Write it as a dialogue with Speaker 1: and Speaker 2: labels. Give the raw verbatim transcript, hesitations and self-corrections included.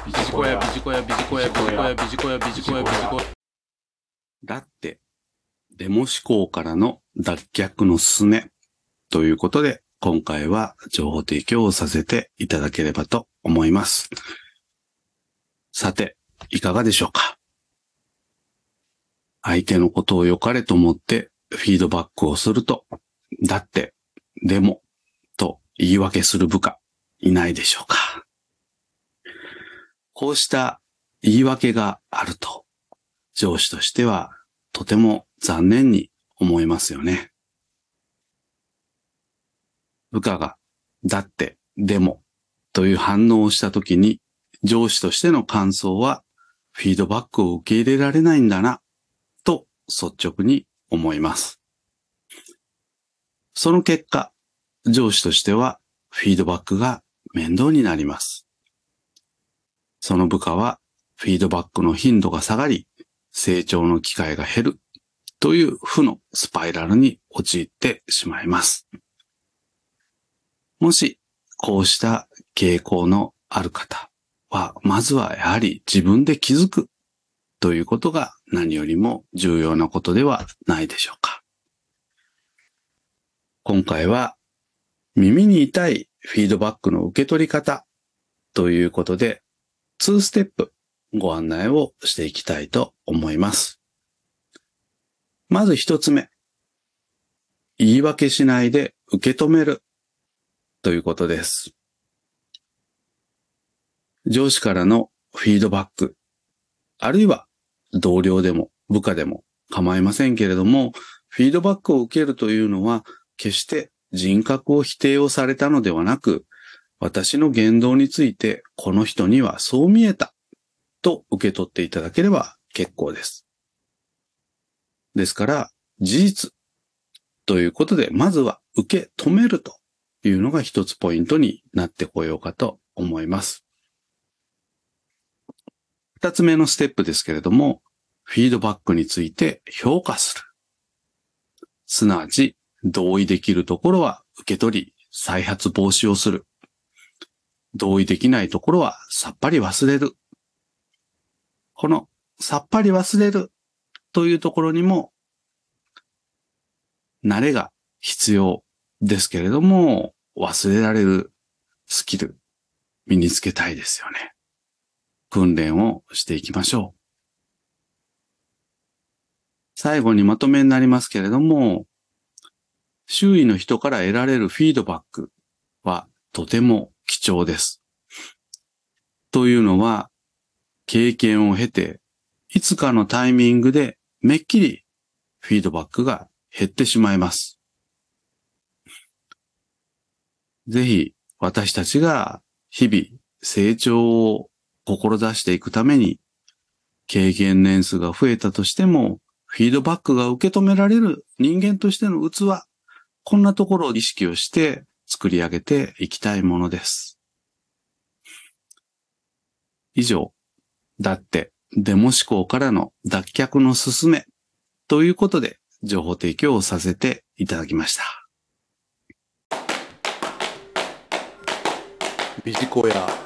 Speaker 1: ビジコヤビジコヤビジコヤビジコヤビジコヤビジコヤビジコヤ。
Speaker 2: だって、デモ思考からの脱却のすすめということで、今回は情報提供をさせていただければと思います。さて、いかがでしょうか。相手のことを良かれと思ってフィードバックをすると、だって、でも、と言い訳する部下、いないでしょうか。こうした言い訳があると、上司としてはとても残念に思いますよね。部下が、だって、でも、という反応をしたときに、上司としての感想は、フィードバックを受け入れられないんだな、と率直に思います。その結果、上司としては、フィードバックが面倒になります。その部下は、フィードバックの頻度が下がり、成長の機会が減る、という負のスパイラルに陥ってしまいます。もし、こうした傾向のある方は、まずはやはり自分で気づくということが何よりも重要なことではないでしょうか。今回は、耳に痛いフィードバックの受け取り方ということで、にステップご案内をしていきたいと思います。まず一つ目、言い訳しないで受け止めるということです。上司からのフィードバック、あるいは同僚でも部下でも構いませんけれども、フィードバックを受けるというのは決して人格を否定をされたのではなく、私の言動についてこの人にはそう見えたと受け取っていただければ結構です。ですから事実ということでまずは受け止めるというのが一つポイントになってこようかと思います。二つ目のステップですけれども、フィードバックについて評価する。すなわち同意できるところは受け取り再発防止をする。同意できないところはさっぱり忘れる。このさっぱり忘れるというところにも慣れが必要ですけれども、忘れられるスキル身につけたいですよね。訓練をしていきましょう。最後にまとめになりますけれども、周囲の人から得られるフィードバックはとても貴重です。というのは、経験を経て、いつかのタイミングでめっきりフィードバックが減ってしまいます。ぜひ私たちが日々成長を志していくために、経験年数が増えたとしても、フィードバックが受け止められる人間としての器、こんなところを意識をして作り上げていきたいものです。以上、だって、デモ思考からの脱却のすすめということで情報提供をさせていただきました。
Speaker 1: ビジコヤ